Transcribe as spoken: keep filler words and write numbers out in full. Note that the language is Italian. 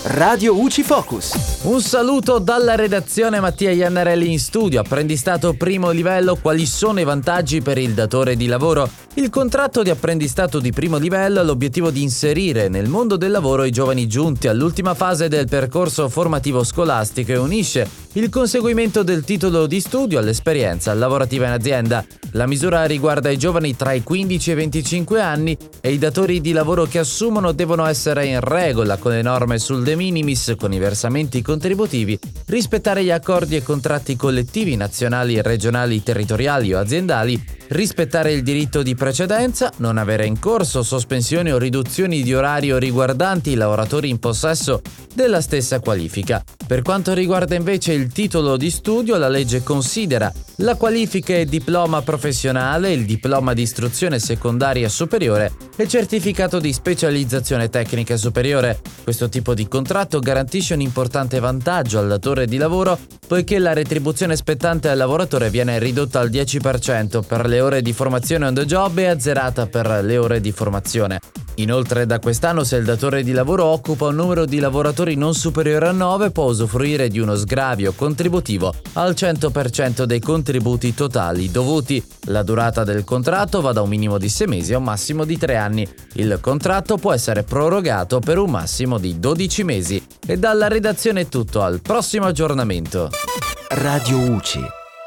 Radio U C I Focus. Un saluto dalla redazione, Mattia Iannarelli in studio. Apprendistato primo livello, quali sono i vantaggi per il datore di lavoro? Il contratto di apprendistato di primo livello ha l'obiettivo di inserire nel mondo del lavoro i giovani giunti all'ultima fase del percorso formativo scolastico e unisce il conseguimento del titolo di studio all'esperienza lavorativa in azienda. La misura riguarda i giovani tra i quindici e i venticinque anni e i datori di lavoro che assumono devono essere in regola con le norme sul de minimis, con i versamenti contributivi, rispettare gli accordi e contratti collettivi nazionali, regionali, territoriali o aziendali, rispettare il diritto di precedenza, non avere in corso sospensioni o riduzioni di orario riguardanti i lavoratori in possesso della stessa qualifica. Per quanto riguarda invece il titolo di studio, la legge considera la qualifica e diploma professionale, il diploma di istruzione secondaria superiore e il certificato di specializzazione tecnica superiore. Questo tipo di contratto garantisce un importante vantaggio al datore di lavoro, poiché la retribuzione spettante al lavoratore viene ridotta al dieci per cento per le ore di formazione on the job e azzerata per le ore di formazione. Inoltre, da quest'anno, se il datore di lavoro occupa un numero di lavoratori non superiore a nove, può usufruire di uno sgravio contributivo al cento per cento dei contributi totali dovuti. La durata del contratto va da un minimo di sei mesi a un massimo di tre anni. Il contratto può essere prorogato per un massimo di dodici mesi. E dalla redazione è tutto, al prossimo aggiornamento. Radio U C I.